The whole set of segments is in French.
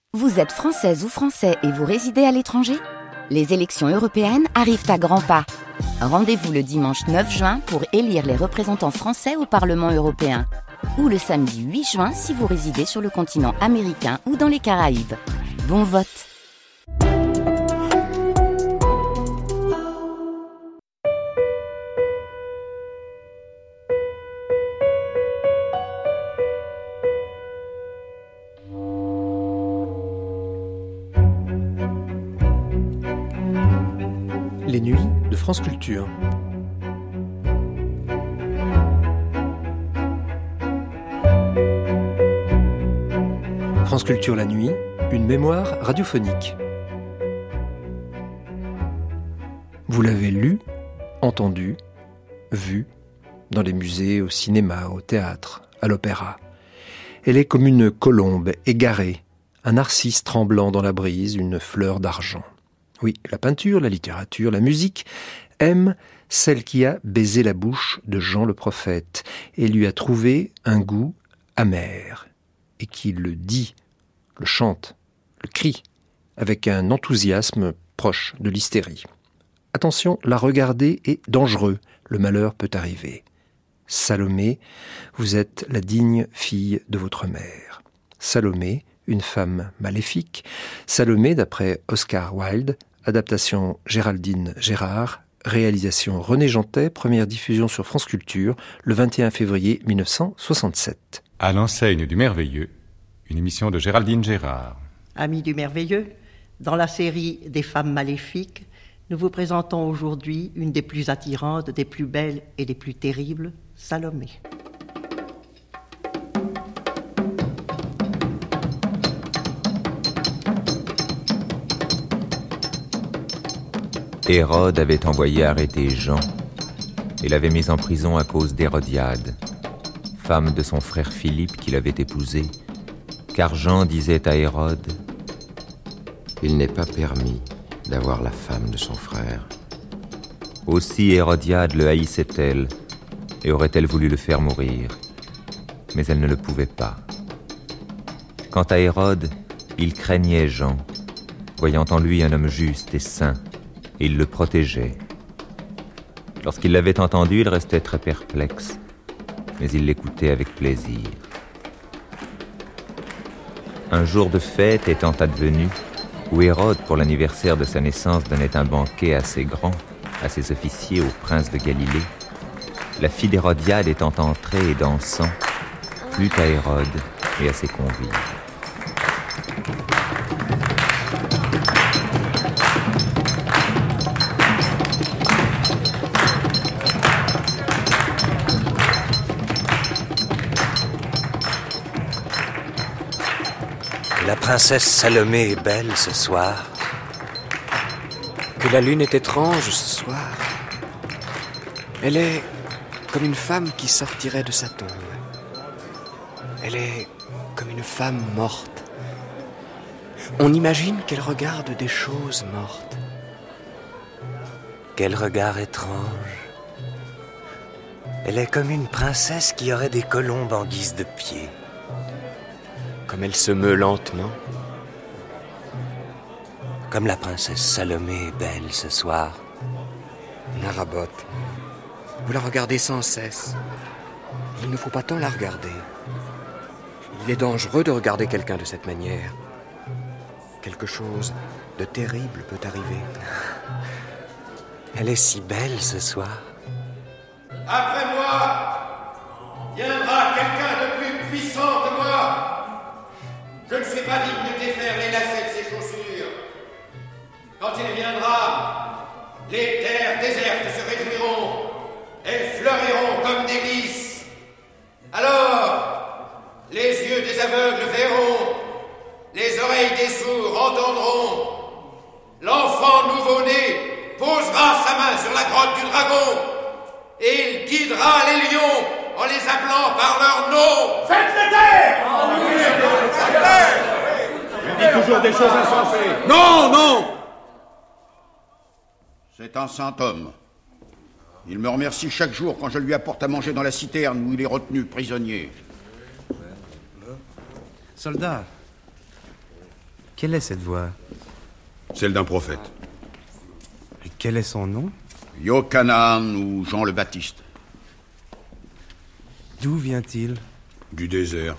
Vous êtes française ou français et vous résidez à l'étranger ? Les élections européennes arrivent à grands pas. Rendez-vous le dimanche 9 juin pour élire les représentants français au Parlement européen. Ou le samedi 8 juin si vous résidez sur le continent américain ou dans les Caraïbes. Bon vote! Les nuits de France Culture. France Culture la nuit, une mémoire radiophonique. Vous l'avez lu, entendu, vu, dans les musées, au cinéma, au théâtre, à l'opéra. Elle est comme une colombe égarée, un narcisse tremblant dans la brise, une fleur d'argent. Oui, la peinture, la littérature, la musique aime celle qui a baisé la bouche de Jean le prophète et lui a trouvé un goût amer, et qui le dit, le chante, le crie, avec un enthousiasme proche de l'hystérie. Attention, la regarder est dangereux, le malheur peut arriver. Salomé, vous êtes la digne fille de votre mère. Salomé, une femme maléfique. Salomé, d'après Oscar Wilde, adaptation Géraldine Gérard, réalisation René Jantet, première diffusion sur France Culture, le 21 février 1967. À l'enseigne du merveilleux, une émission de Géraldine Gérard. Amis du merveilleux, dans la série des femmes maléfiques, nous vous présentons aujourd'hui une des plus attirantes, des plus belles et des plus terribles, Salomé. Hérode avait envoyé arrêter Jean et l'avait mis en prison à cause d'Hérodiade, femme de son frère Philippe qui l'avait épousée, car Jean disait à Hérode : « Il n'est pas permis d'avoir la femme de son frère. » Aussi Hérodiade le haïssait-elle et aurait-elle voulu le faire mourir, mais elle ne le pouvait pas. Quant à Hérode, il craignait Jean, voyant en lui un homme juste et saint. Il le protégeait. Lorsqu'il l'avait entendu, il restait très perplexe, mais il l'écoutait avec plaisir. Un jour de fête étant advenu, où Hérode, pour l'anniversaire de sa naissance, donnait un banquet assez grand à ses officiers au prince de Galilée, la fille d'Hérodiade étant entrée et dansant, plut à Hérode et à ses convives. La princesse Salomé est belle ce soir. Que la lune est étrange ce soir. Elle est comme une femme qui sortirait de sa tombe. Elle est comme une femme morte. On imagine qu'elle regarde des choses mortes. Quel regard étrange. Elle est comme une princesse qui aurait des colombes en guise de pieds. Comme elle se meut lentement. Comme la princesse Salomé est belle ce soir. Narabote, vous la regardez sans cesse. Il ne faut pas tant la regarder. Il est dangereux de regarder quelqu'un de cette manière. Quelque chose de terrible peut arriver. Elle est si belle ce soir. Après moi, viendra quelqu'un de plus puissant que moi. Je ne suis pas digne de défaire les lacets de ses chaussures. Quand il viendra, les terres désertes se réjouiront. Elles fleuriront comme des lys. Alors, les yeux des aveugles verront, les oreilles des sourds entendront. L'enfant nouveau-né posera sa main sur la grotte du dragon et il guidera les lions en les appelant par leur nom. Faites-le taire! Il dit toujours des choses insensées. Non, non! C'est un saint homme. Il me remercie chaque jour quand je lui apporte à manger dans la citerne où il est retenu prisonnier. Soldat, Quelle est cette voix? Celle d'un prophète. Et quel est son nom? Yochanan ou Jean le Baptiste. D'où vient-il? Du désert.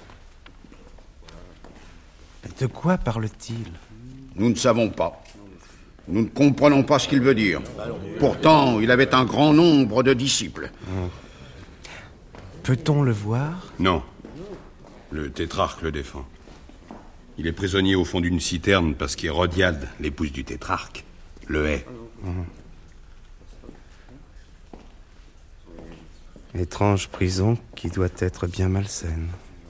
De quoi parle-t-il? Nous ne savons pas. Nous ne comprenons pas ce qu'il veut dire. Pourtant, il avait un grand nombre de disciples. Peut-on le voir? Non. Le tétrarque le défend. Il est prisonnier au fond d'une citerne parce qu'Hérodiade, l'épouse du tétrarque, le hait. Étrange prison qui doit être bien malsaine.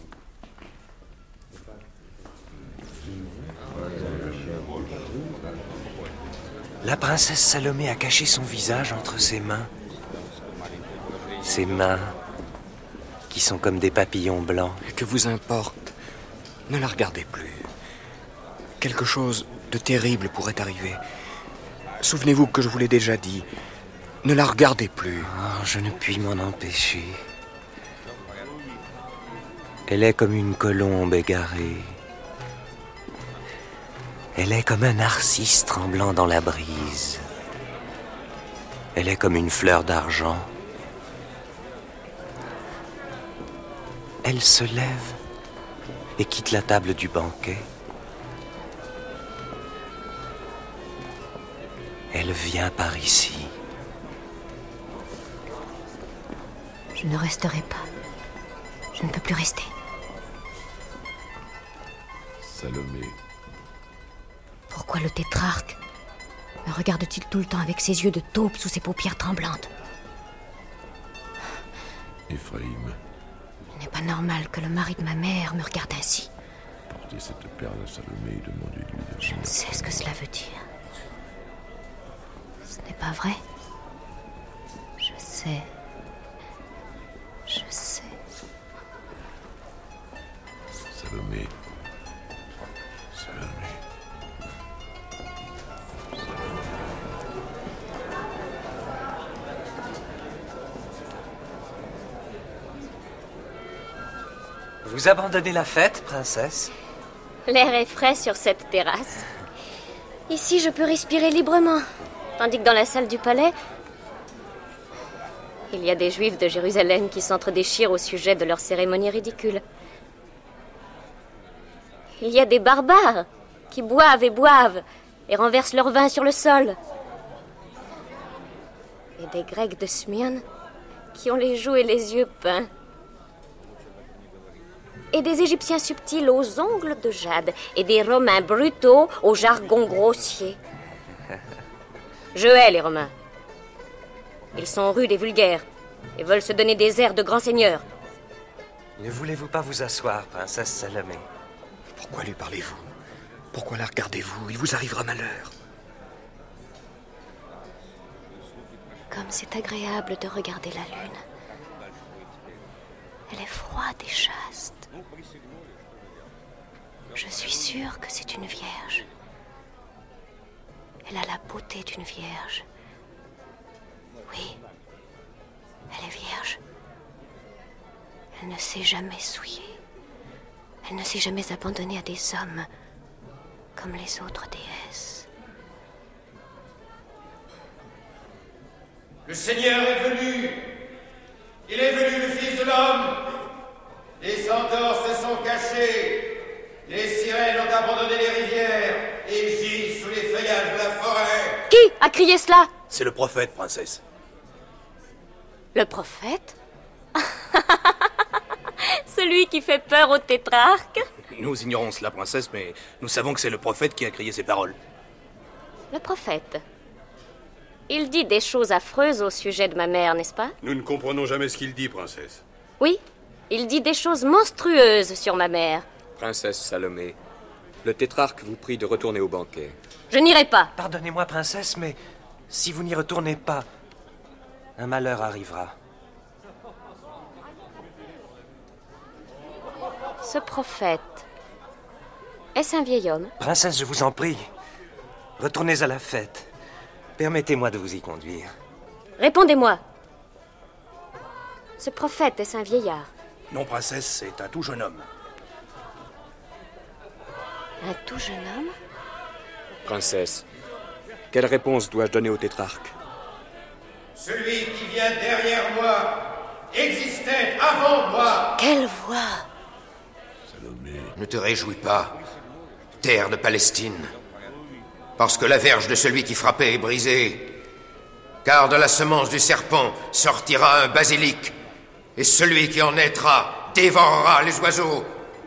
La princesse Salomé a caché son visage entre ses mains. Ses mains qui sont comme des papillons blancs. Que vous importe? Ne la regardez plus. Quelque chose de terrible pourrait arriver. Souvenez-vous que je vous l'ai déjà dit. Ne la regardez plus. Oh, je ne puis m'en empêcher. Elle est comme une colombe égarée. Elle est comme un narcisse tremblant dans la brise. Elle est comme une fleur d'argent. Elle se lève et quitte la table du banquet. Elle vient par ici. Je ne resterai pas. Je ne peux plus rester. Salomé. Pourquoi le tétrarque me regarde-t-il tout le temps avec ses yeux de taupe sous ses paupières tremblantes? Ephraïm. Il n'est pas normal que le mari de ma mère me regarde ainsi. Portez cette perle à Salomé et demandez-lui de... Je ne sais ce que cela veut dire. Ce n'est pas vrai. Je sais. Je sais. Salomé. Salomé. Vous abandonnez la fête, princesse? L'air est frais sur cette terrasse. Ici, je peux respirer librement. Tandis que dans la salle du palais, il y a des Juifs de Jérusalem qui s'entre-déchirent au sujet de leurs cérémonies ridicules. Il y a des barbares qui boivent et renversent leur vin sur le sol. Et des Grecs de Smyrne qui ont les joues et les yeux peints. Et des Égyptiens subtils aux ongles de jade, et des Romains brutaux au jargon grossier. Je hais les Romains. Ils sont rudes et vulgaires, et veulent se donner des airs de grands seigneurs. Ne voulez-vous pas vous asseoir, princesse Salomé? Pourquoi lui parlez-vous? Pourquoi la regardez-vous? Il vous arrivera malheur. Comme c'est agréable de regarder la lune. Elle est froide et chaste. Je suis sûre que c'est une vierge. Elle a la beauté d'une vierge. Oui, elle est vierge. Elle ne s'est jamais souillée. Elle ne s'est jamais abandonnée à des hommes comme les autres déesses. Le Seigneur est venu. Il est venu, le Fils de l'homme. Les centaures se sont cachés. Les sirènes ont abandonné les rivières et gisent sous les feuillages de la forêt. Qui a crié cela? C'est le prophète, princesse. Le prophète? Celui qui fait peur au tétrarque? Nous ignorons cela, princesse, mais nous savons que c'est le prophète qui a crié ces paroles. Le prophète? Il dit des choses affreuses au sujet de ma mère, n'est-ce pas? Nous ne comprenons jamais ce qu'il dit, princesse. Oui, il dit des choses monstrueuses sur ma mère. Princesse Salomé, le tétrarque vous prie de retourner au banquet. Je n'irai pas. Pardonnez-moi, princesse, mais si vous n'y retournez pas, un malheur arrivera. Ce prophète, est-ce un vieil homme? Princesse, je vous en prie, retournez à la fête. Permettez-moi de vous y conduire. Répondez-moi. Ce prophète, est-ce un vieillard? Non, princesse, c'est un tout jeune homme. Un tout jeune homme? Princesse, quelle réponse dois-je donner au tétrarque? Celui qui vient derrière moi existait avant moi. Quelle voix! Ne te réjouis pas, terre de Palestine, parce que la verge de celui qui frappait est brisée. Car de la semence du serpent sortira un basilic, et celui qui en naîtra dévorera les oiseaux.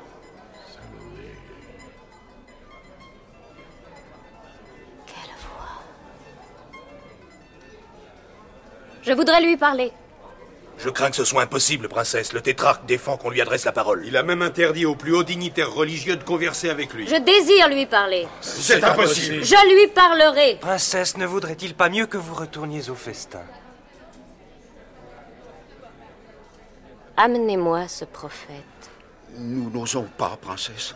Quelle voix! Je voudrais lui parler. Je crains que ce soit impossible, princesse. Le tétrarque défend qu'on lui adresse la parole. Il a même interdit aux plus hauts dignitaires religieux de converser avec lui. Je désire lui parler. C'est impossible. Je lui parlerai. Princesse, ne vaudrait-il pas mieux que vous retourniez au festin? Amenez-moi ce prophète. Nous n'osons pas, princesse.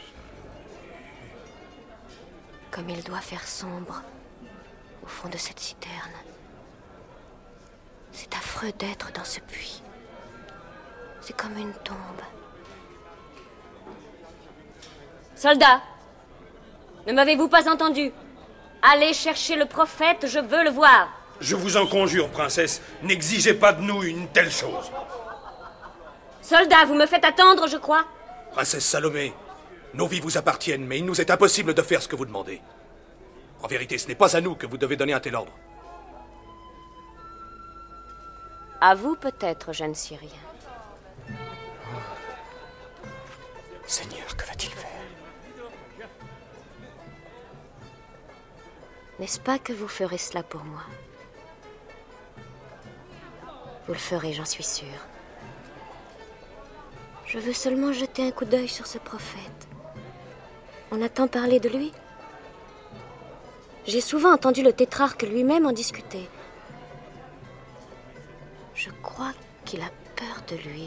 Comme il doit faire sombre au fond de cette citerne. C'est affreux d'être dans ce puits. C'est comme une tombe. Soldats, ne m'avez-vous pas entendu? Allez chercher le prophète, je veux le voir. Je vous en conjure, princesse, n'exigez pas de nous une telle chose. Soldats, vous me faites attendre, je crois. Princesse Salomé, nos vies vous appartiennent, mais il nous est impossible de faire ce que vous demandez. En vérité, ce n'est pas à nous que vous devez donner un tel ordre. À vous peut-être, jeune Syrien. Seigneur, que va-t-il faire? N'est-ce pas que vous ferez cela pour moi? Vous le ferez, j'en suis sûre. Je veux seulement jeter un coup d'œil sur ce prophète. On a tant parlé de lui. J'ai souvent entendu le tétrarque lui-même en discuter. Je crois qu'il a peur de lui.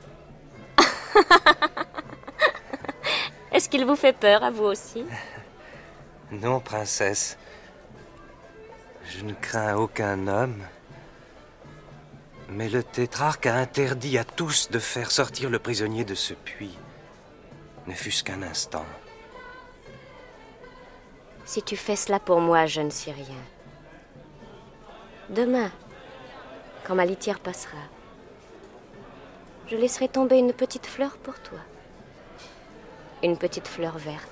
Est-ce qu'il vous fait peur, à vous aussi? Non, princesse. Je ne crains aucun homme. Mais le tétrarque a interdit à tous de faire sortir le prisonnier de ce puits. Ne fût-ce qu'un instant. Si tu fais cela pour moi, jeune Syrien, demain, quand ma litière passera, je laisserai tomber une petite fleur pour toi. Une petite fleur verte.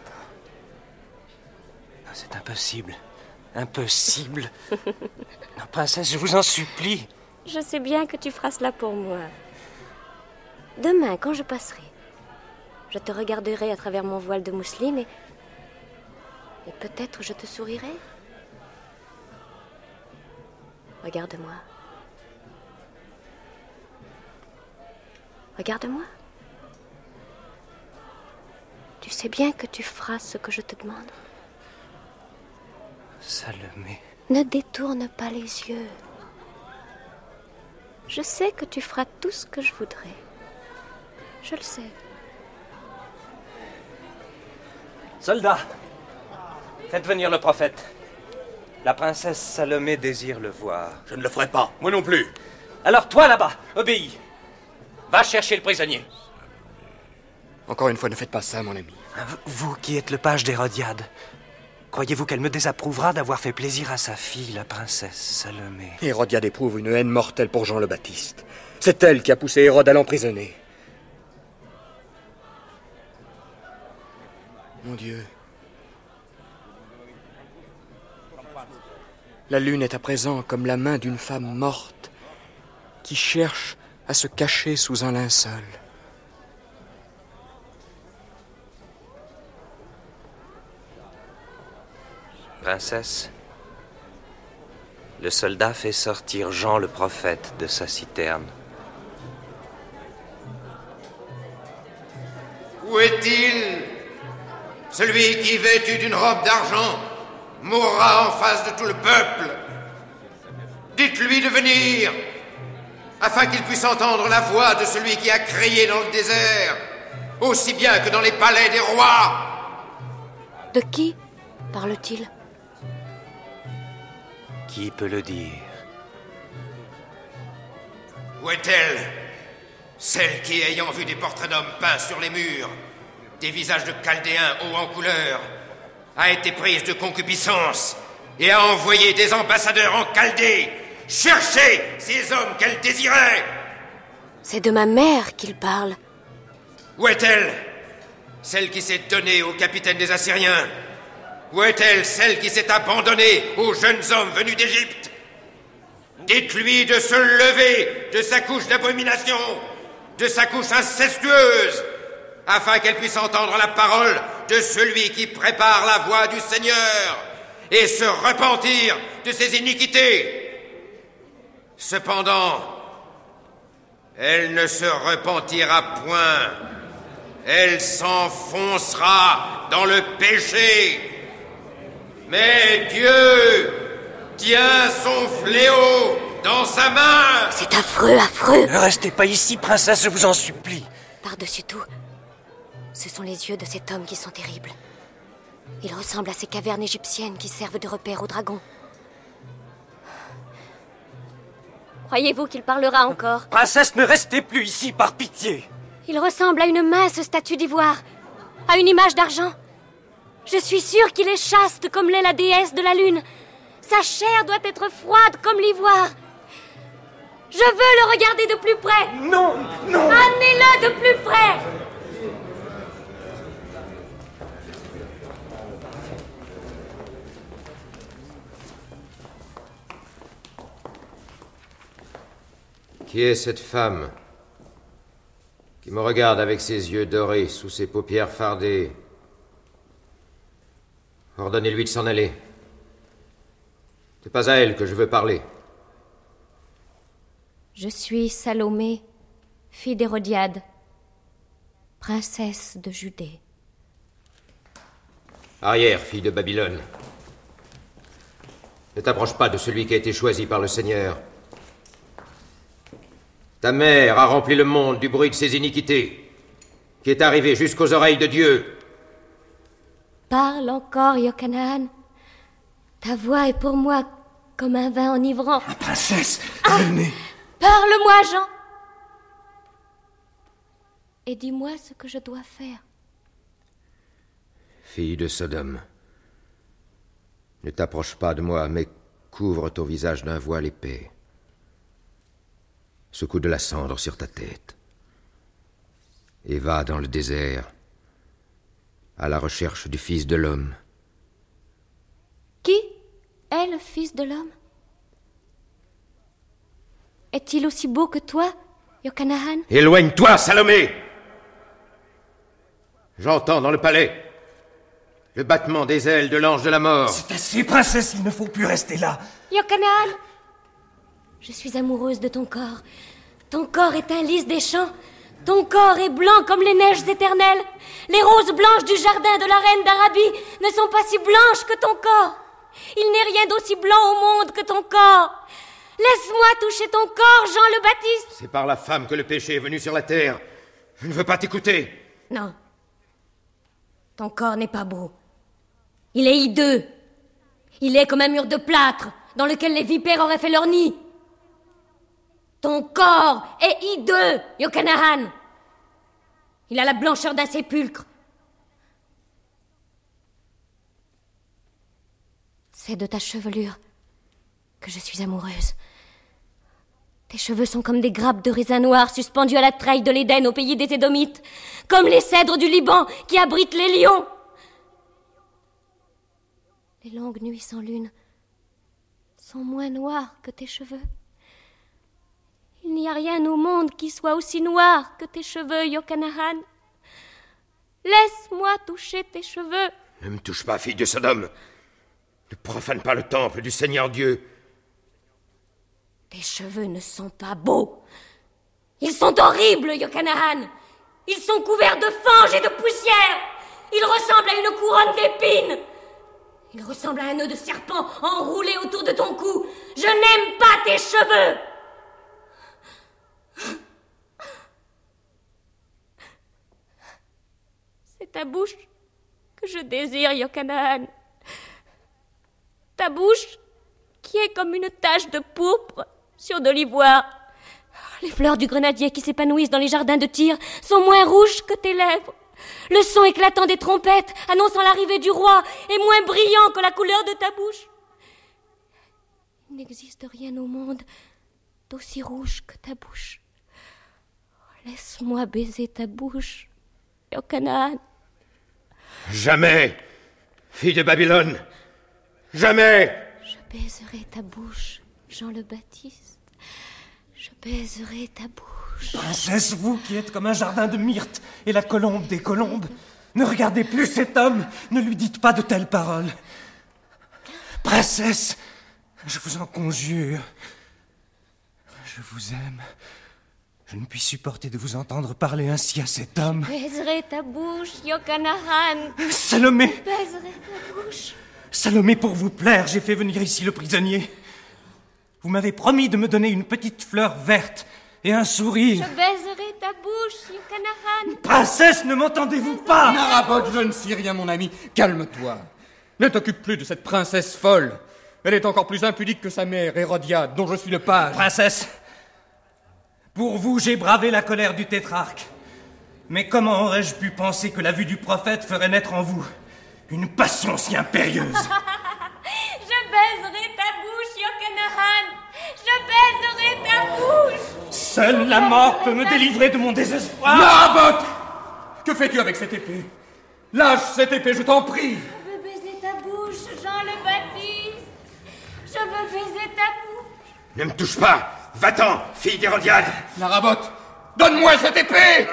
C'est impossible. Impossible. Non, princesse, je vous en supplie. Je sais bien que tu feras cela pour moi. Demain, quand je passerai, je te regarderai à travers mon voile de mousseline et peut-être je te sourirai. Regarde-moi. Regarde-moi. Tu sais bien que tu feras ce que je te demande. Salomé. Ne détourne pas les yeux. Je sais que tu feras tout ce que je voudrais. Je le sais. Soldats, faites venir le prophète. La princesse Salomé désire le voir. Je ne le ferai pas. Moi non plus. Alors toi là-bas, obéis. Va chercher le prisonnier. Encore une fois, ne faites pas ça, mon ami. Vous qui êtes le page d'Hérodiade, croyez-vous qu'elle me désapprouvera d'avoir fait plaisir à sa fille, la princesse Salomé? Hérodiade éprouve une haine mortelle pour Jean le Baptiste. C'est elle qui a poussé Hérode à l'emprisonner. Mon Dieu. La lune est à présent comme la main d'une femme morte qui cherche à se cacher sous un linceul. Princesse, le soldat fait sortir Jean le prophète de sa citerne. Où est-il? Celui qui, vêtu d'une robe d'argent, mourra en face de tout le peuple. Dites-lui de venir, afin qu'il puisse entendre la voix de celui qui a crié dans le désert, aussi bien que dans les palais des rois. De qui parle-t-il? Qui peut le dire? Où est-elle? Celle qui, ayant vu des portraits d'hommes peints sur les murs, des visages de Chaldéens hauts en couleur, a été prise de concupiscence et a envoyé des ambassadeurs en Chaldée chercher ces hommes qu'elle désirait. C'est de ma mère qu'il parle. Où est-elle? Celle qui s'est donnée au capitaine des Assyriens? Où est-elle, celle qui s'est abandonnée aux jeunes hommes venus d'Égypte? Dites-lui de se lever de sa couche d'abomination, de sa couche incestueuse, afin qu'elle puisse entendre la parole de celui qui prépare la voie du Seigneur et se repentir de ses iniquités. Cependant, elle ne se repentira point. Elle s'enfoncera dans le péché. Mais Dieu tient son fléau dans sa main. C'est affreux, affreux. Ne restez pas ici, princesse, je vous en supplie. Par-dessus tout, ce sont les yeux de cet homme qui sont terribles. Il ressemble à ces cavernes égyptiennes qui servent de repère aux dragons. Croyez-vous qu'il parlera encore? Princesse, ne restez plus ici, par pitié. Il ressemble à une mince statue d'ivoire, à une image d'argent. Je suis sûre qu'il est chaste comme l'est la déesse de la lune. Sa chair doit être froide comme l'ivoire. Je veux le regarder de plus près. Non, non. Amenez-le de plus près. Qui est cette femme qui me regarde avec ses yeux dorés sous ses paupières fardées? Ordonnez-lui de s'en aller. C'est pas à elle que je veux parler. Je suis Salomé, fille d'Hérodiade, princesse de Judée. Arrière, fille de Babylone. Ne t'approche pas de celui qui a été choisi par le Seigneur. Ta mère a rempli le monde du bruit de ses iniquités, qui est arrivé jusqu'aux oreilles de Dieu. Parle encore, Yochanan. Ta voix est pour moi comme un vin enivrant. La princesse, elle n'est... Parle-moi, Jean. Et dis-moi ce que je dois faire. Fille de Sodome, ne t'approche pas de moi, mais couvre ton visage d'un voile épais. Secoue de la cendre sur ta tête. Et va dans le désert, à la recherche du Fils de l'homme. Qui est le Fils de l'homme? Est-il aussi beau que toi, Yochanan? Éloigne-toi, Salomé! J'entends dans le palais le battement des ailes de l'ange de la mort. C'est assez, princesse, il ne faut plus rester là. Yochanan, je suis amoureuse de ton corps. Ton corps est un lys des champs. Ton corps est blanc comme les neiges éternelles. Les roses blanches du jardin de la reine d'Arabie ne sont pas si blanches que ton corps. Il n'est rien d'aussi blanc au monde que ton corps. Laisse-moi toucher ton corps, Jean le Baptiste. C'est par la femme que le péché est venu sur la terre. Je ne veux pas t'écouter. Non. Ton corps n'est pas beau. Il est hideux. Il est comme un mur de plâtre dans lequel les vipères auraient fait leur nid. Ton corps est hideux, Yochanan. Il a la blancheur d'un sépulcre. C'est de ta chevelure que je suis amoureuse. Tes cheveux sont comme des grappes de raisin noir suspendus à la treille de l'Éden au pays des Édomites, comme les cèdres du Liban qui abritent les lions. Les longues nuits sans lune sont moins noires que tes cheveux. Il n'y a rien au monde qui soit aussi noir que tes cheveux, Yochanan. Laisse-moi toucher tes cheveux. Ne me touche pas, fille de Sodome. Ne profane pas le temple du Seigneur Dieu. Tes cheveux ne sont pas beaux. Ils sont horribles, Yochanan. Ils sont couverts de fange et de poussière. Ils ressemblent à une couronne d'épines. Ils ressemblent à un nœud de serpent enroulé autour de ton cou. Je n'aime pas tes cheveux. C'est ta bouche que je désire, Yochanan. Ta bouche qui est comme une tache de pourpre sur de l'ivoire. Les fleurs du grenadier qui s'épanouissent dans les jardins de Tyr sont moins rouges que tes lèvres. Le son éclatant des trompettes, annonçant l'arrivée du roi, est moins brillant que la couleur de ta bouche. Il n'existe rien au monde d'aussi rouge que ta bouche. Laisse-moi baiser ta bouche, Yochanan. Jamais, fille de Babylone, jamais. Je baiserai ta bouche, Jean le Baptiste. Je baiserai ta bouche. Princesse, vous qui êtes comme un jardin de myrte et la colombe des colombes, ne regardez plus cet homme, ne lui dites pas de telles paroles. Princesse, je vous en conjure, je vous aime. Je ne puis supporter de vous entendre parler ainsi à cet homme. Je baiserai ta bouche, Yochanan. Salomé! Je baiserai ta bouche. Salomé, pour vous plaire, j'ai fait venir ici le prisonnier. Vous m'avez promis de me donner une petite fleur verte et un sourire. Je baiserai ta bouche, Yochanan. Princesse, ne m'entendez-vous pas? Narabot, jeune Syrien, mon ami, calme-toi. Ne t'occupe plus de cette princesse folle. Elle est encore plus impudique que sa mère, Hérodiade, dont je suis le page. Princesse, pour vous, j'ai bravé la colère du tétrarque. Mais comment aurais-je pu penser que la vue du prophète ferait naître en vous une passion si impérieuse? Je baiserai ta bouche, Yochanan. Je baiserai ta bouche. Seule la mort peut me délivrer de mon désespoir. Narabot! Que fais-tu avec cette épée? Lâche cette épée, je t'en prie. Je veux baiser ta bouche, Jean le Baptiste. Je veux baiser ta bouche. Ne me touche pas. Va-t'en, fille d'Hérodiade. Narabot, donne-moi cette épée.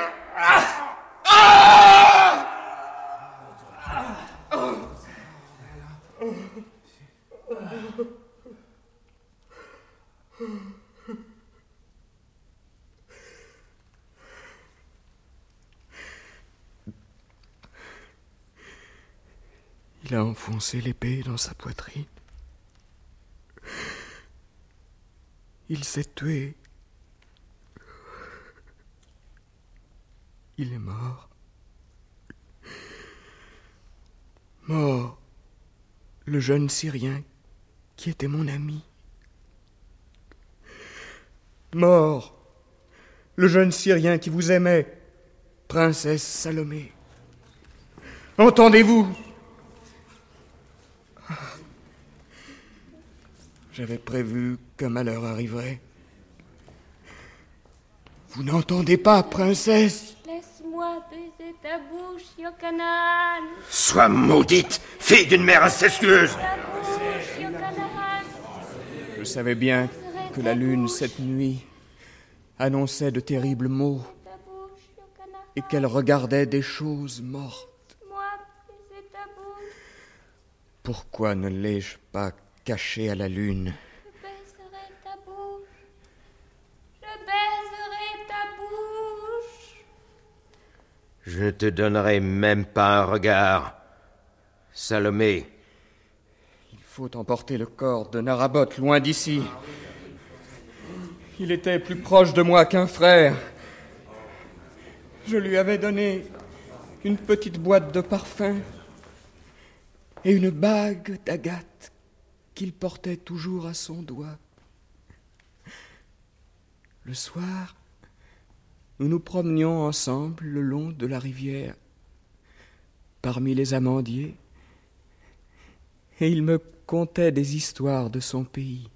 Il a enfoncé l'épée dans sa poitrine. Il s'est tué. Il est mort. Mort, le jeune Syrien qui était mon ami. Mort, le jeune Syrien qui vous aimait, princesse Salomé. Entendez-vous? J'avais prévu qu'un malheur arriverait. Vous n'entendez pas, princesse? Laisse-moi baiser ta bouche, Yochanan. Sois maudite, fille d'une mère incestueuse. Ta bouche, Yochanan. Je savais bien que la lune, cette nuit, annonçait de terribles mots et qu'elle regardait des choses mortes. Laisse-moi baiser ta bouche. Pourquoi ne l'ai-je pas caché à la lune? Je baiserai ta bouche. Je baiserai ta bouche. Je ne te donnerai même pas un regard. Salomé. Il faut emporter le corps de Narabot loin d'ici. Il était plus proche de moi qu'un frère. Je lui avais donné une petite boîte de parfum et une bague d'agate qu'il portait toujours à son doigt. Le soir, nous nous promenions ensemble le long de la rivière, parmi les amandiers, et il me contait des histoires de son pays.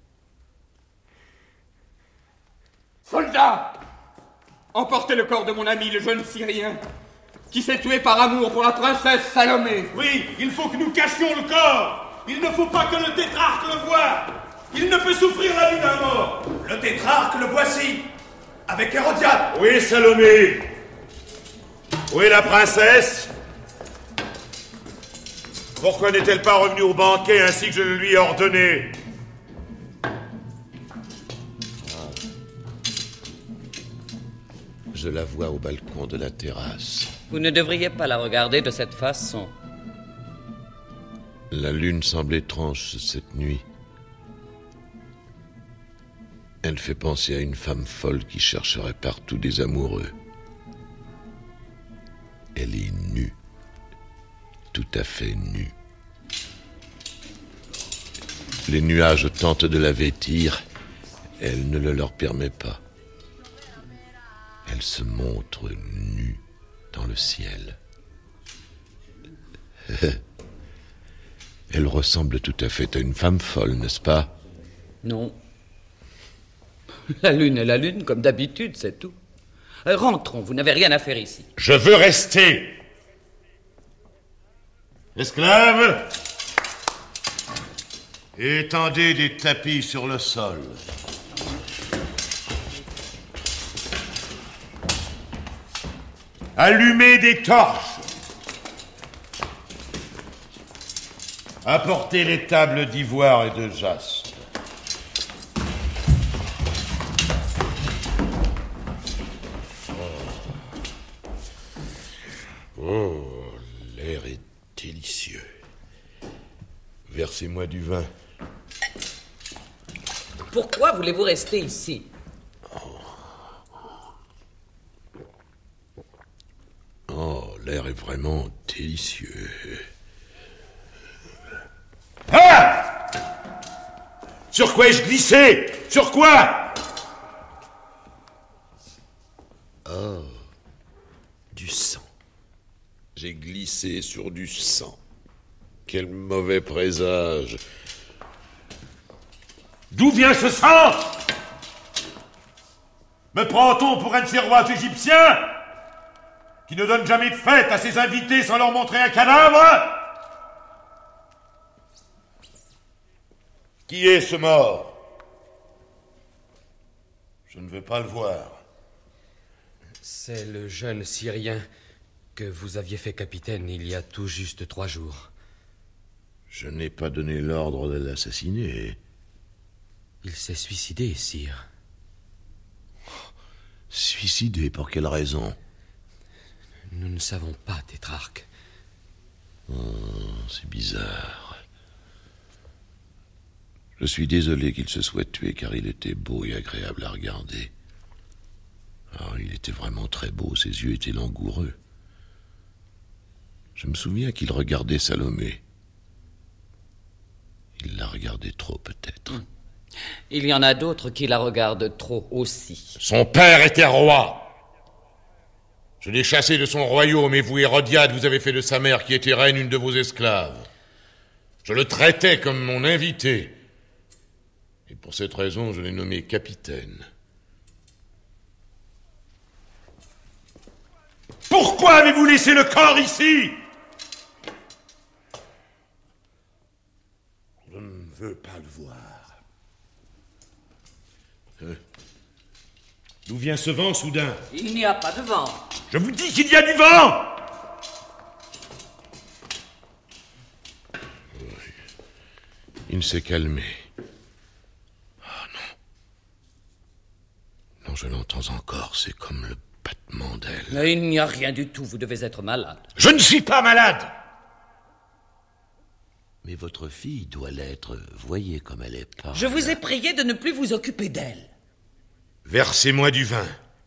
Soldats! Emportez le corps de mon ami, le jeune Syrien, qui s'est tué par amour pour la princesse Salomé. Oui, il faut que nous cachions le corps. Il ne faut pas que le tétrarque le voie. Il ne peut souffrir la vue d'un mort. Le tétrarque, le voici, avec Hérodiade. Oui, Salomé. Où est la princesse? Pourquoi n'est-elle pas revenue au banquet ainsi que je le lui ai ordonné? Je la vois au balcon de la terrasse. Vous ne devriez pas la regarder de cette façon. La lune semble étrange cette nuit. Elle fait penser à une femme folle qui chercherait partout des amoureux. Elle est nue. Tout à fait nue. Les nuages tentent de la vêtir. Elle ne le leur permet pas. Elle se montre nue dans le ciel. Elle ressemble tout à fait à une femme folle, n'est-ce pas? Non. La lune est la lune, comme d'habitude, c'est tout. Rentrons, vous n'avez rien à faire ici. Je veux rester. Esclaves, étendez des tapis sur le sol. Allumez des torches. Apportez les tables d'ivoire et de jaspe. Oh, l'air est délicieux. Versez-moi du vin. Pourquoi voulez-vous rester ici? Oh, l'air est vraiment délicieux. Ah! Sur quoi ai-je glissé? Sur quoi? Oh, du sang. J'ai glissé sur du sang. Quel mauvais présage. D'où vient ce sang? Me prend-on pour un de ces rois égyptiens qui ne donne jamais de fête à ses invités sans leur montrer un cadavre? Qui est ce mort? Je ne veux pas le voir. C'est le jeune Syrien que vous aviez fait capitaine il y a tout juste 3 jours. Je n'ai pas donné l'ordre de l'assassiner. Il s'est suicidé, sire. Suicidé, pour quelle raison? Nous ne savons pas, Tétrarque. Oh, c'est bizarre. Je suis désolé qu'il se soit tué, car il était beau et agréable à regarder. Ah, il était vraiment très beau, ses yeux étaient langoureux. Je me souviens qu'il regardait Salomé. Il la regardait trop, peut-être. Il y en a d'autres qui la regardent trop aussi. Son père était roi. Je l'ai chassé de son royaume, et vous, Hérodiade, vous avez fait de sa mère, qui était reine, une de vos esclaves. Je le traitais comme mon invité. Et pour cette raison, je l'ai nommé capitaine. Pourquoi avez-vous laissé le corps ici? Je ne veux pas le voir. D'où vient ce vent soudain? Il n'y a pas de vent. Je vous dis qu'il y a du vent! Il s'est calmé. Oh non. Non, je l'entends encore, c'est comme le battement d'ailes. Mais il n'y a rien du tout, vous devez être malade. Je ne suis pas malade! Mais votre fille doit l'être. Voyez comme elle est pâle. Je vous ai prié de ne plus vous occuper d'elle. Versez-moi du vin.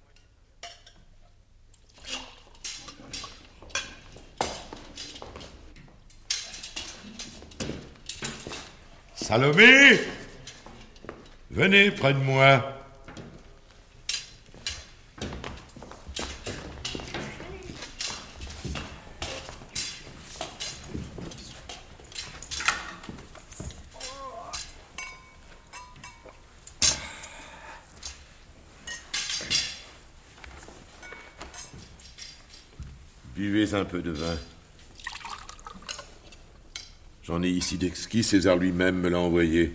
Salomé, venez près de moi. Buvez un peu de vin. J'en ai ici d'exquis, César lui-même me l'a envoyé.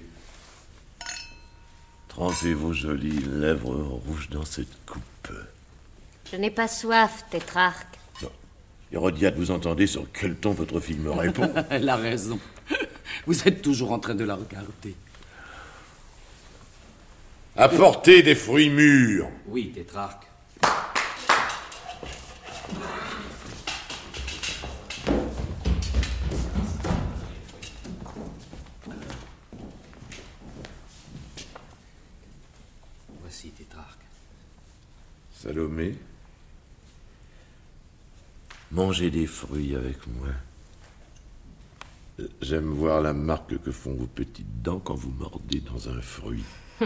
Trempez vos jolies lèvres rouges dans cette coupe. Je n'ai pas soif, Tétrarque. Non. Hérodiade, vous entendez sur quel ton votre fille me répond? Elle a raison. Vous êtes toujours en train de la regarder. Apportez des fruits mûrs. Oui, Tétrarque. Salomé, mangez des fruits avec moi. J'aime voir la marque que font vos petites dents quand vous mordez dans un fruit.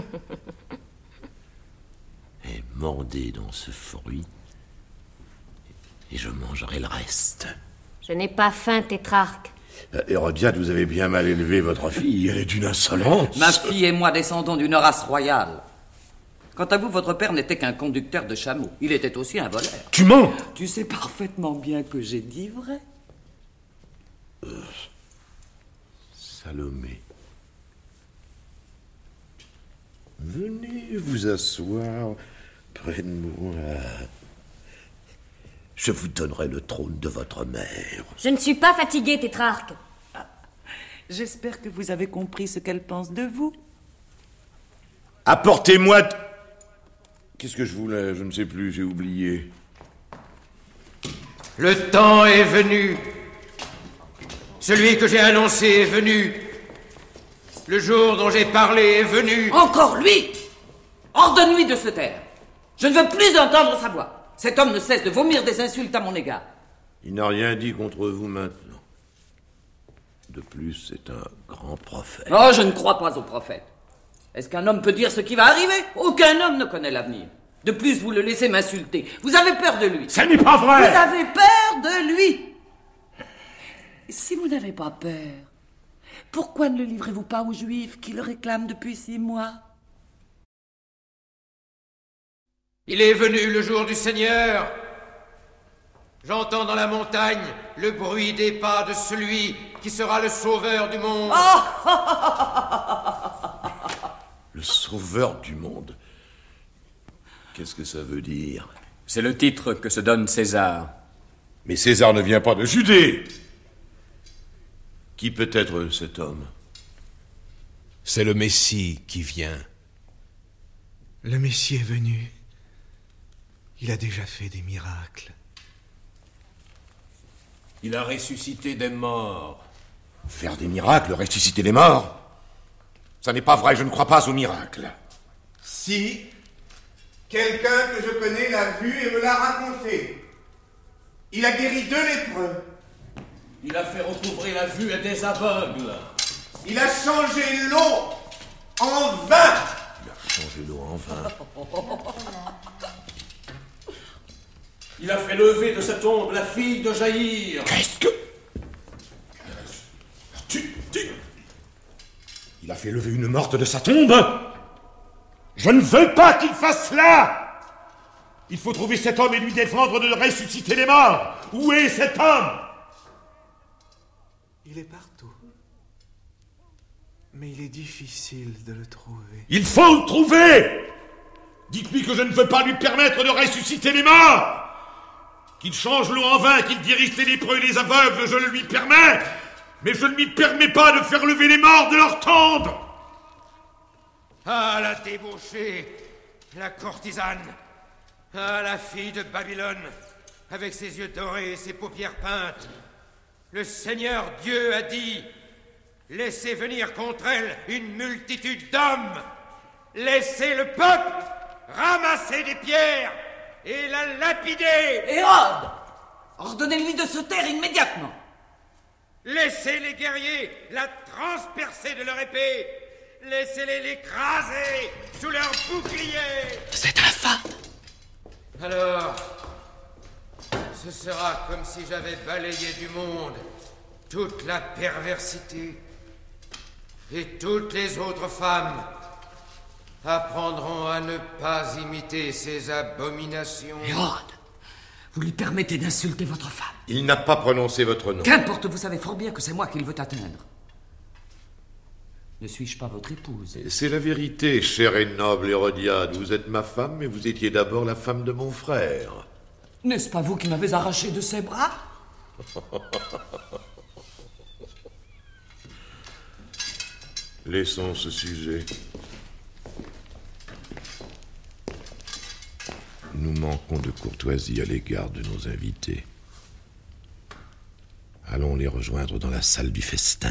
Et mordez dans ce fruit, et je mangerai le reste. Je n'ai pas faim, Tétrarque. Hérodiade, vous avez bien mal élevé votre fille. Elle est d'une insolence. Ma fille et moi descendons d'une race royale. Quant à vous, votre père n'était qu'un conducteur de chameaux. Il était aussi un voleur. Tu mens! Tu sais parfaitement bien que j'ai dit vrai. Salomé. Venez vous asseoir près de moi. Je vous donnerai le trône de votre mère. Je ne suis pas fatiguée, Tétrarque. J'espère que vous avez compris ce qu'elle pense de vous. Apportez-moi... Qu'est-ce que je voulais? Je ne sais plus, j'ai oublié. Le temps est venu. Celui que j'ai annoncé est venu. Le jour dont j'ai parlé est venu. Encore lui! Ordonne-lui de se taire. Je ne veux plus entendre sa voix. Cet homme ne cesse de vomir des insultes à mon égard. Il n'a rien dit contre vous maintenant. De plus, c'est un grand prophète. Oh, je ne crois pas au prophète. Est-ce qu'un homme peut dire ce qui va arriver? Aucun homme ne connaît l'avenir. De plus, vous le laissez m'insulter. Vous avez peur de lui. Ce n'est pas vrai! Vous avez peur de lui. Si vous n'avez pas peur, pourquoi ne le livrez-vous pas aux Juifs qui le réclament depuis 6 mois? Il est venu le jour du Seigneur. J'entends dans la montagne le bruit des pas de celui qui sera le sauveur du monde. Le sauveur du monde. Qu'est-ce que ça veut dire? C'est le titre que se donne César. Mais César ne vient pas de Judée. Qui peut être cet homme? C'est le Messie qui vient. Le Messie est venu. Il a déjà fait des miracles. Il a ressuscité des morts. Faire des miracles, ressusciter les morts? Ça n'est pas vrai, je ne crois pas aux miracles. Si quelqu'un que je connais l'a vu et me l'a raconté. Il a guéri 2 lépreux. Il a fait recouvrer la vue à des aveugles. Il a changé l'eau en vin. Il a changé l'eau en vin. Il a fait lever de sa tombe la fille de Jaïr. Qu'est-ce que... Il a fait lever une morte de sa tombe? Je ne veux pas qu'il fasse cela! Il faut trouver cet homme et lui défendre de ressusciter les morts. Où est cet homme? Il est partout. Mais il est difficile de le trouver. Il faut le trouver! Dites-lui que je ne veux pas lui permettre de ressusciter les morts! Qu'il change l'eau en vin, qu'il dirige les lépreux et les aveugles, je le lui permets! Mais je ne lui permets pas de faire lever les morts de leur tombe! Ah, la débauchée, la courtisane, ah, la fille de Babylone, avec ses yeux dorés et ses paupières peintes. Le Seigneur Dieu a dit, laissez venir contre elle une multitude d'hommes, laissez le peuple ramasser des pierres et la lapider. Hérode, ordonnez-lui de se taire immédiatement. Laissez les guerriers la transpercer de leur épée. Laissez-les l'écraser sous leur bouclier. C'est infâme. Alors, ce sera comme si j'avais balayé du monde toute la perversité. Et toutes les autres femmes apprendront à ne pas imiter ces abominations. Hérode, vous lui permettez d'insulter votre femme. Il n'a pas prononcé votre nom. Qu'importe, vous savez fort bien que c'est moi qu'il veut atteindre. Ne suis-je pas votre épouse? C'est la vérité, chère et noble Hérodiade. Vous êtes ma femme, mais vous étiez d'abord la femme de mon frère. N'est-ce pas vous qui m'avez arraché de ses bras? Laissons ce sujet. Nous manquons de courtoisie à l'égard de nos invités. Allons les rejoindre dans la salle du festin.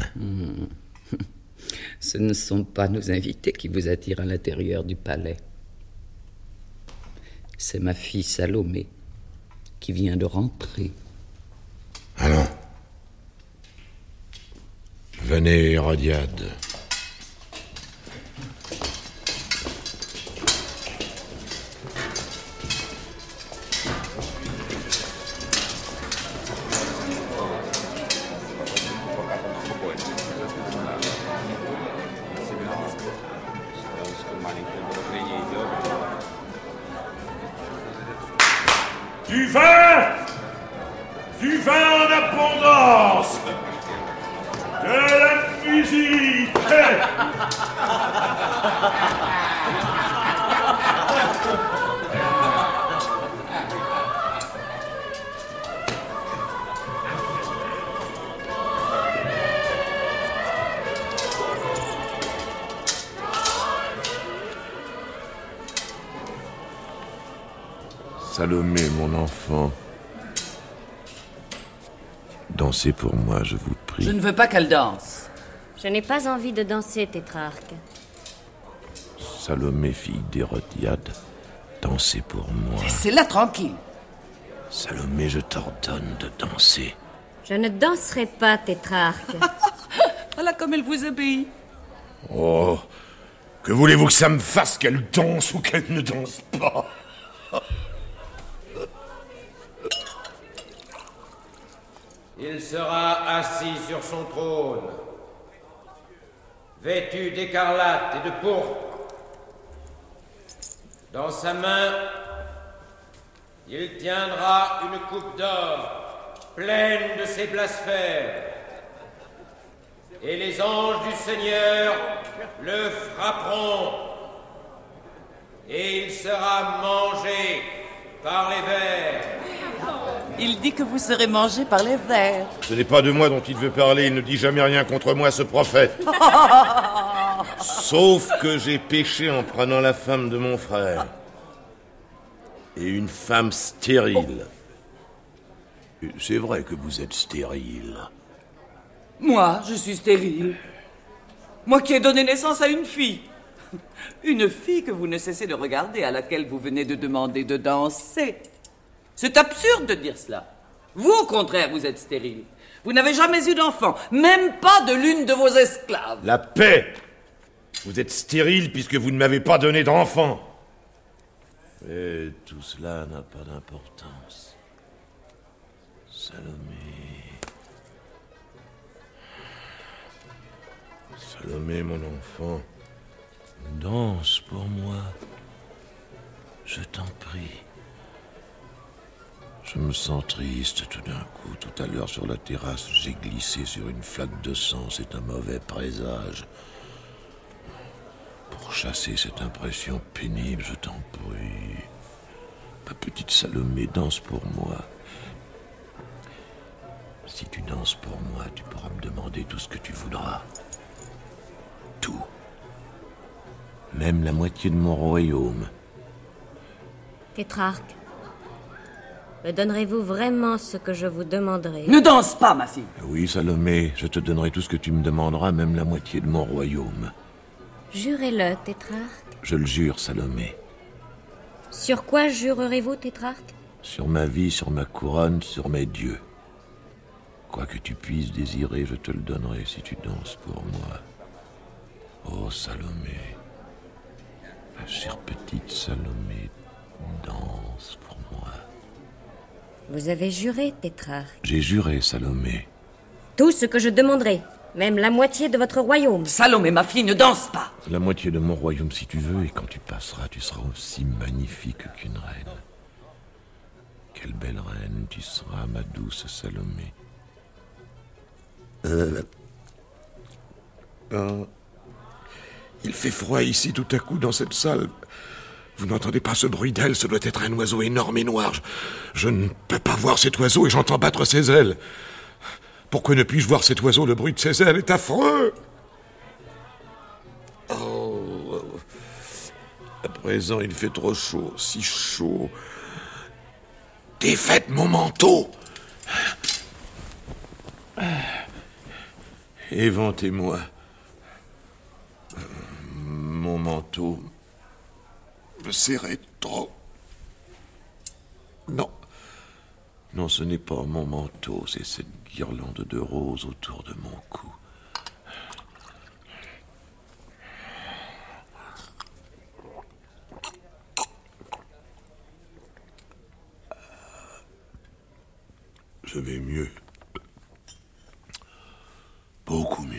Ce ne sont pas nos invités qui vous attirent à l'intérieur du palais. C'est ma fille Salomé qui vient de rentrer. Allons. Venez, Hérodiade. Du vin! Du vin en abondance! De la musique! Salomé, mon enfant, dansez pour moi, je vous prie. Je ne veux pas qu'elle danse. Je n'ai pas envie de danser, Tétrarque. Salomé, fille d'Hérodiade, dansez pour moi. Laissez-la tranquille. Salomé, je t'ordonne de danser. Je ne danserai pas, Tétrarque. Voilà comme elle vous obéit. Oh, que voulez-vous que ça me fasse qu'elle danse ou qu'elle ne danse pas? Il sera assis sur son trône, vêtu d'écarlate et de pourpre. Dans sa main, il tiendra une coupe d'or pleine de ses blasphèmes. Et les anges du Seigneur le frapperont. Et il sera mangé par les vers. Il dit que vous serez mangé par les vers. Ce n'est pas de moi dont il veut parler, il ne dit jamais rien contre moi, ce prophète. Sauf que j'ai péché en prenant la femme de mon frère. Et une femme stérile. C'est vrai que vous êtes stérile. Moi, je suis stérile. Moi qui ai donné naissance à une fille. Une fille que vous ne cessez de regarder, à laquelle vous venez de demander de danser. C'est absurde de dire cela. Vous, au contraire, vous êtes stérile. Vous n'avez jamais eu d'enfant, même pas de l'une de vos esclaves. La paix! Vous êtes stérile puisque vous ne m'avez pas donné d'enfant. Et tout cela n'a pas d'importance. Salomé. Salomé, mon enfant. Danse pour moi. Je t'en prie. Je me sens triste tout d'un coup. Tout à l'heure sur la terrasse, j'ai glissé sur une flaque de sang. C'est un mauvais présage. Pour chasser cette impression pénible, je t'en prie. Ma petite Salomé, danse pour moi. Si tu danses pour moi, tu pourras me demander tout ce que tu voudras. Tout. Même la moitié de mon royaume. Tétrarque, me donnerez-vous vraiment ce que je vous demanderai? Ne danse pas, ma fille. Oui, Salomé, je te donnerai tout ce que tu me demanderas, même la moitié de mon royaume. Jurez-le, Tétrarque. Je le jure, Salomé. Sur quoi jurerez-vous, Tétrarque? Sur ma vie, sur ma couronne, sur mes dieux. Quoi que tu puisses désirer, je te le donnerai si tu danses pour moi. Oh, Salomé, ma chère petite Salomé, danse pour moi. Vous avez juré, Tétrarque. J'ai juré, Salomé. Tout ce que je demanderai, même la moitié de votre royaume. Salomé, ma fille, ne danse pas. La moitié de mon royaume, si tu veux, et quand tu passeras, tu seras aussi magnifique qu'une reine. Quelle belle reine tu seras, ma douce Salomé. Il fait froid ici tout à coup dans cette salle. Vous n'entendez pas ce bruit d'aile? Ce doit être un oiseau énorme et noir. Je ne peux pas voir cet oiseau et j'entends battre ses ailes. Pourquoi ne puis-je voir cet oiseau? Le bruit de ses ailes est affreux. Oh. À présent, il fait trop chaud, si chaud. Défaites mon manteau. Éventez-moi. Mon manteau me serrait trop. Non. Non, ce n'est pas mon manteau, c'est cette guirlande de roses autour de mon cou. Je vais mieux. Beaucoup mieux.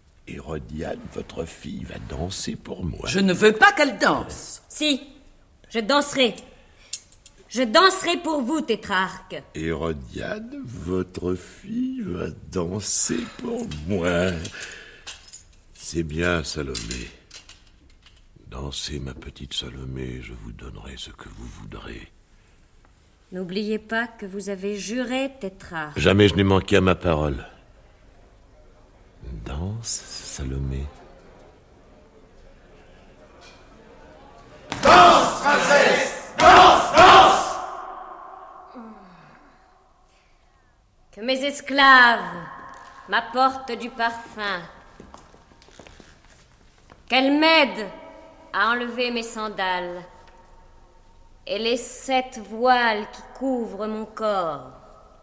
Hérodiade, votre fille, va danser pour moi. Je ne veux pas qu'elle danse. Si. Je danserai. Je danserai pour vous, Tétrarque. Hérodiade, votre fille va danser pour moi. C'est bien, Salomé. Dansez, ma petite Salomé, je vous donnerai ce que vous voudrez. N'oubliez pas que vous avez juré, Tétrarque. Jamais je n'ai manqué à ma parole. Danse, Salomé. Danse, princesse! Danse, danse! Que mes esclaves m'apportent du parfum. Qu'elles m'aident à enlever mes sandales et les 7 voiles qui couvrent mon corps.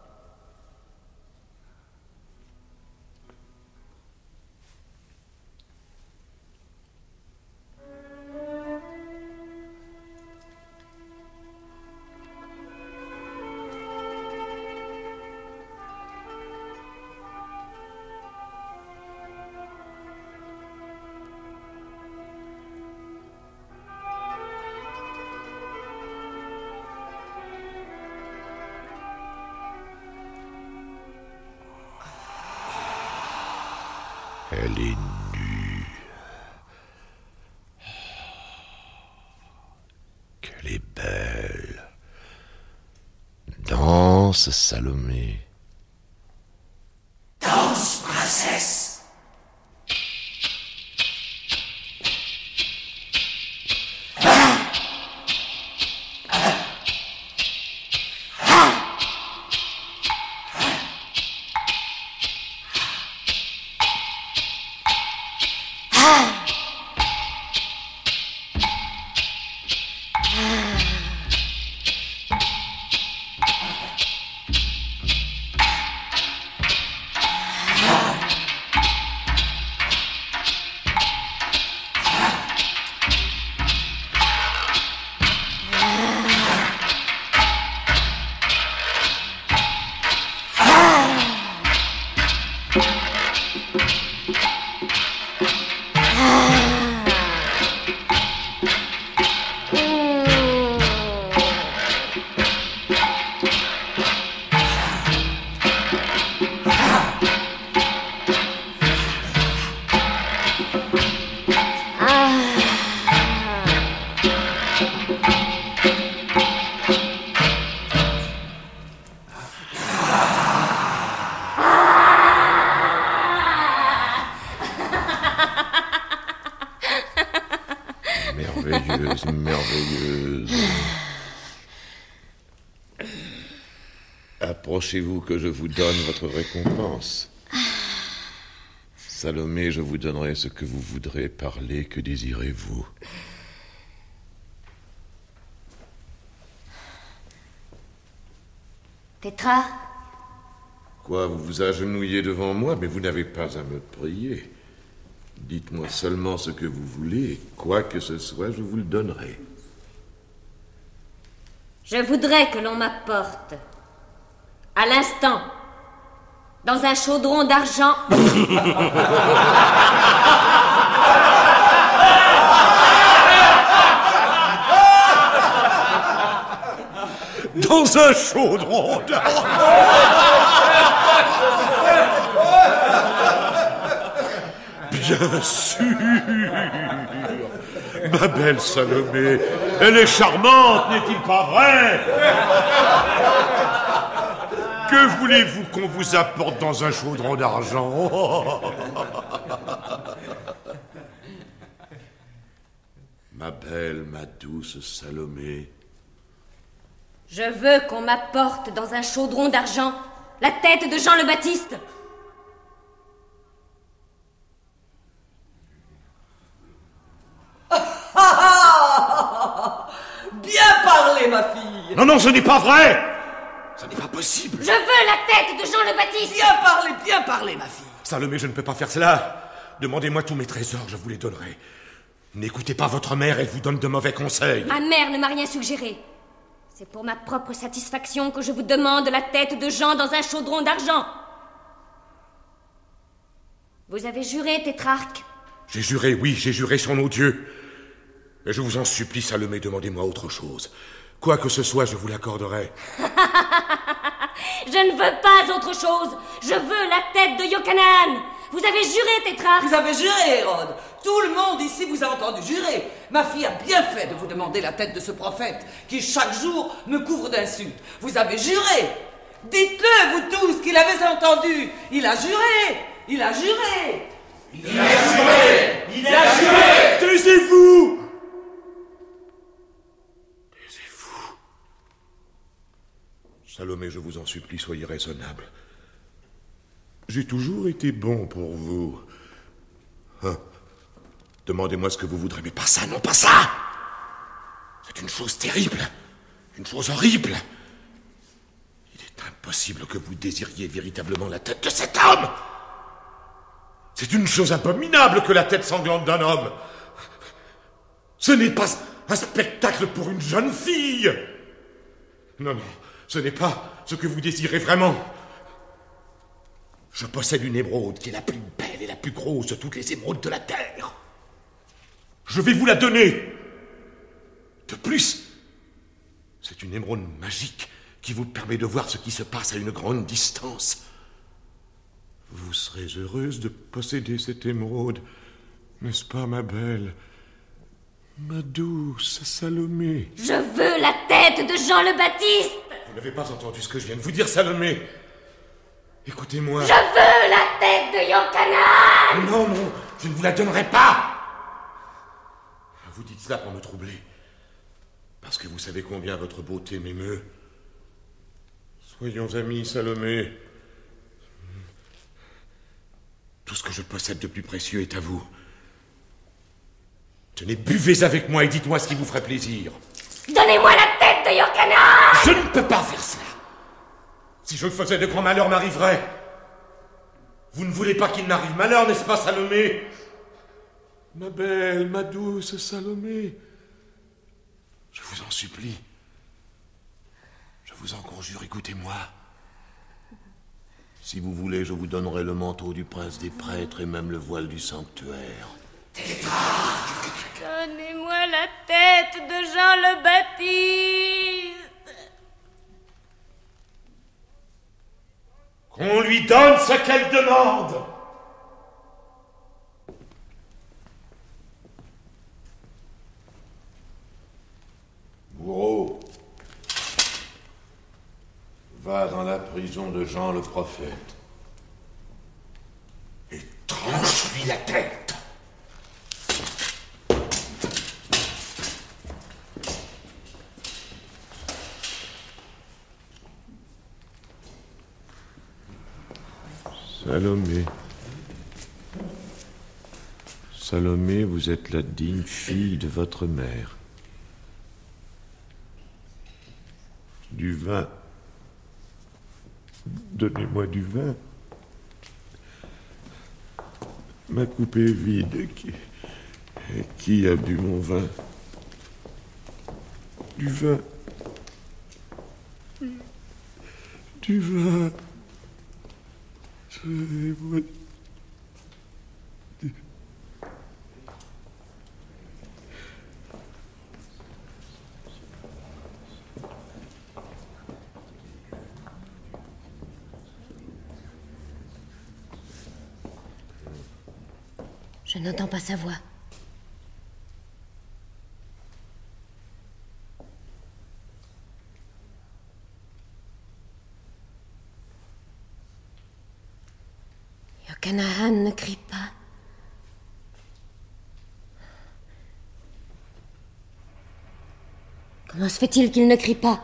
Elle est nue. Qu'elle est belle. Danse, Salomé. Danse, princesse! Merveilleuse, merveilleuse. Approchez-vous que je vous donne votre récompense. Salomé, je vous donnerai ce que vous voudrez parler. Que désirez-vous? Tétra? Quoi, vous vous agenouillez devant moi, mais vous n'avez pas à me prier. Dites-moi seulement ce que vous voulez, et quoi que ce soit, je vous le donnerai. Je voudrais que l'on m'apporte, à l'instant, dans un chaudron d'argent... Dans un chaudron d'argent. Bien sûr. Ma belle Salomé, elle est charmante, n'est-il pas vrai? Que voulez-vous qu'on vous apporte dans un chaudron d'argent? Ma belle, ma douce Salomé. Je veux qu'on m'apporte dans un chaudron d'argent la tête de Jean le Baptiste. Bien parlé, ma fille. Non, non, ce n'est pas vrai. Ce n'est pas possible. Je veux la tête de Jean le Baptiste. Bien parlé, ma fille. Salomé, je ne peux pas faire cela. Demandez-moi tous mes trésors, je vous les donnerai. N'écoutez pas votre mère, elle vous donne de mauvais conseils. Ma mère ne m'a rien suggéré. C'est pour ma propre satisfaction que je vous demande la tête de Jean dans un chaudron d'argent. Vous avez juré, Tétrarque? J'ai juré, oui, j'ai juré sur nos dieux. Mais je vous en supplie, Salomé, demandez-moi autre chose. Quoi que ce soit, je vous l'accorderai. Je ne veux pas autre chose. Je veux la tête de Yochanan. Vous avez juré, Tétrarque. Vous avez juré, Hérode. Tout le monde ici vous a entendu jurer. Ma fille a bien fait de vous demander la tête de ce prophète qui, chaque jour, me couvre d'insultes. Vous avez juré. Dites-le, vous tous, qu'il avait entendu. Il a juré. Il a juré. Il a juré. Il a juré. Taisez-vous. Salomé, je vous en supplie, soyez raisonnable. J'ai toujours été bon pour vous. Hein? Demandez-moi ce que vous voudrez, mais pas ça, non, pas ça! C'est une chose terrible, une chose horrible. Il est impossible que vous désiriez véritablement la tête de cet homme. C'est une chose abominable que la tête sanglante d'un homme. Ce n'est pas un spectacle pour une jeune fille. Non, non. Ce n'est pas ce que vous désirez vraiment. Je possède une émeraude qui est la plus belle et la plus grosse de toutes les émeraudes de la terre. Je vais vous la donner. De plus, c'est une émeraude magique qui vous permet de voir ce qui se passe à une grande distance. Vous serez heureuse de posséder cette émeraude, n'est-ce pas, ma belle? Ma douce Salomé. Je veux la tête de Jean le Baptiste. Vous n'avez pas entendu ce que je viens de vous dire, Salomé. Écoutez-moi. Je veux la tête de Yochanan. Non, non, je ne vous la donnerai pas. Vous dites cela pour me troubler. Parce que vous savez combien votre beauté m'émeut. Soyons amis, Salomé. Tout ce que je possède de plus précieux est à vous. Tenez, buvez avec moi et dites-moi ce qui vous ferait plaisir. Donnez-moi la tête de Yochanan. Je ne peux pas faire cela. Si je le faisais, de grands malheurs m'arriveraient. Vous ne voulez pas qu'il m'arrive malheur, n'est-ce pas, Salomé? Ma belle, ma douce Salomé, je vous en supplie. Je vous en conjure, écoutez-moi. Si vous voulez, je vous donnerai le manteau du prince des prêtres et même le voile du sanctuaire. Donnez-moi la tête de Jean le Baptiste. Qu'on lui donne ce qu'elle demande. Bourreau, va dans la prison de Jean le prophète et tranche-lui la tête. Salomé. Salomé, vous êtes la digne fille de votre mère. Du vin. Donnez-moi du vin. Ma coupe est vide. Qui a bu mon vin? Du vin. Du vin. Donnez-moi. Je n'entends pas sa voix. Yochanan ne crie pas. Comment se fait-il qu'il ne crie pas?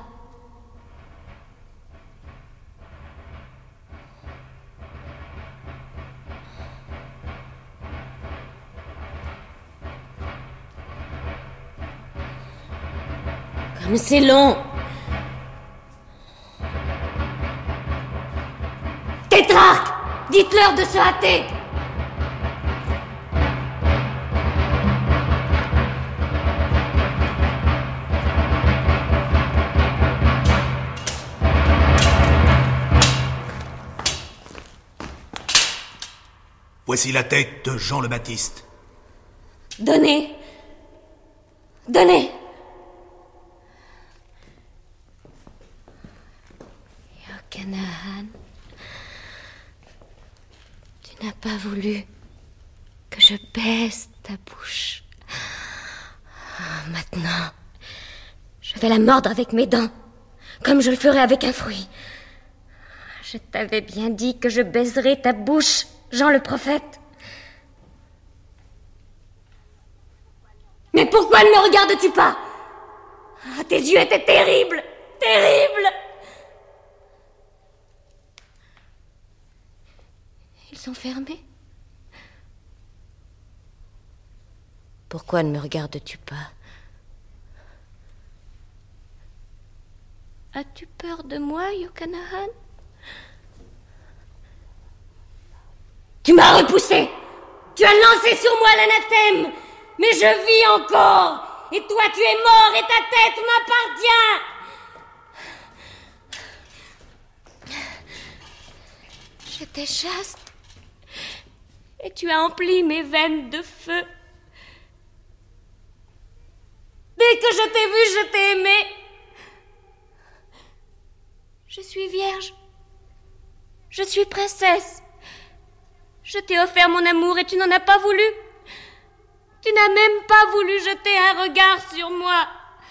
Comme c'est long. Tétrarque, dites-leur de se hâter. Voici la tête de Jean le Baptiste. Donnez. Donnez. Yocanahan, tu n'as pas voulu que je baise ta bouche. Maintenant, je vais la mordre avec mes dents, comme je le ferais avec un fruit. Je t'avais bien dit que je baiserais ta bouche, Jean le prophète. Mais pourquoi ne me regardes-tu pas? Tes yeux étaient terribles, terribles. Ils sont fermés. Pourquoi ne me regardes-tu pas? As-tu peur de moi, Yocanahan? Tu m'as repoussé. Tu as lancé sur moi l'anathème. Mais je vis encore. Et toi, tu es mort et ta tête m'appartient. J'étais chaste. Et tu as empli mes veines de feu. Dès que je t'ai vu, je t'ai aimé. Je suis vierge. Je suis princesse. Je t'ai offert mon amour et tu n'en as pas voulu. Tu n'as même pas voulu jeter un regard sur moi.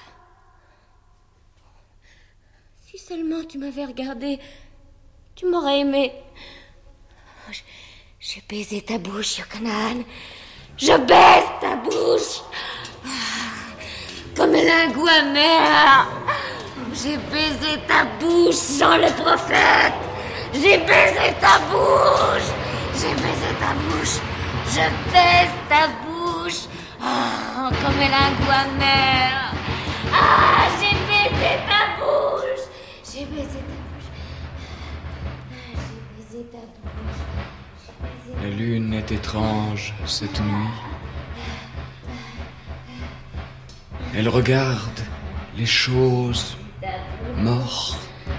Si seulement tu m'avais regardé, tu m'aurais aimé. J'ai baisé ta bouche, Yocanahan. Je baise ta bouche. Comme un goût amer. J'ai baisé ta bouche, Jean le prophète. J'ai baisé ta bouche. J'ai baisé ta bouche. Je baise ta bouche. Oh, comme elle a un goût amer. Ah, j'ai baisé ta bouche. J'ai baisé ta bouche. J'ai baisé ta bouche. La lune est étrange cette nuit. Elle regarde les choses mortes.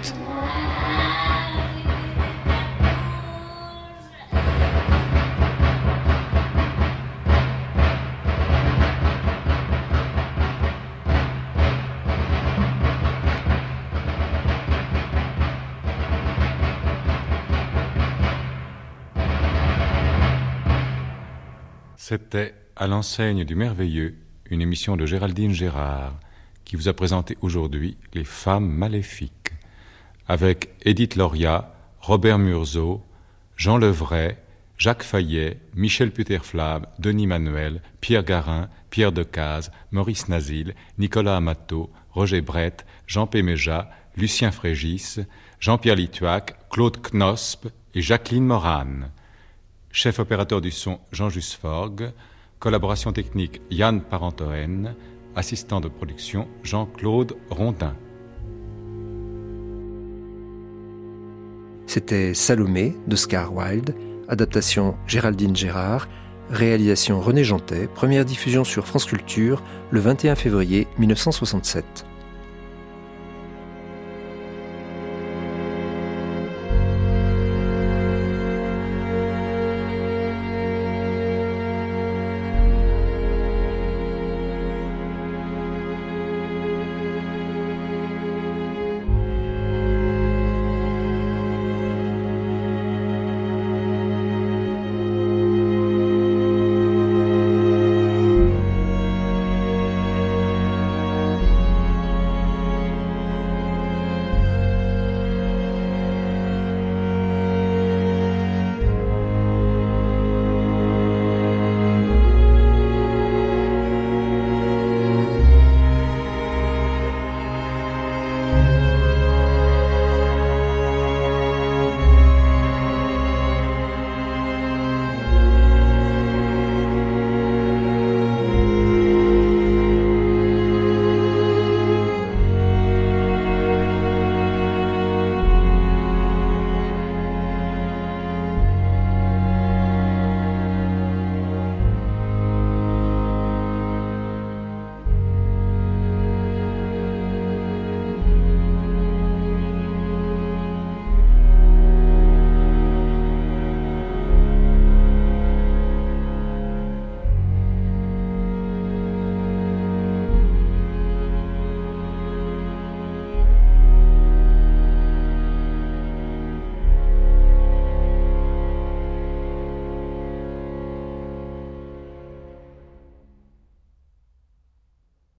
C'était À l'enseigne du merveilleux, une émission de Géraldine Gérard, qui vous a présenté aujourd'hui Les femmes maléfiques, avec Édith Loria, Robert Murzeau, Jean Levray, Jacques Fayet, Michel Puterflab, Denis Manuel, Pierre Garin, Pierre Decazes, Maurice Nazil, Nicolas Amato, Roger Brett, Jean Péméja, Lucien Frégis, Jean-Pierre Lituac, Claude Knosp et Jacqueline Morane. Chef opérateur du son Jean Jusforgue, collaboration technique Yann Parentoen, assistant de production Jean-Claude Rondin. C'était Salomé d'Oscar Wilde, adaptation Géraldine Gérard, réalisation René Jantet, première diffusion sur France Culture le 21 février 1967.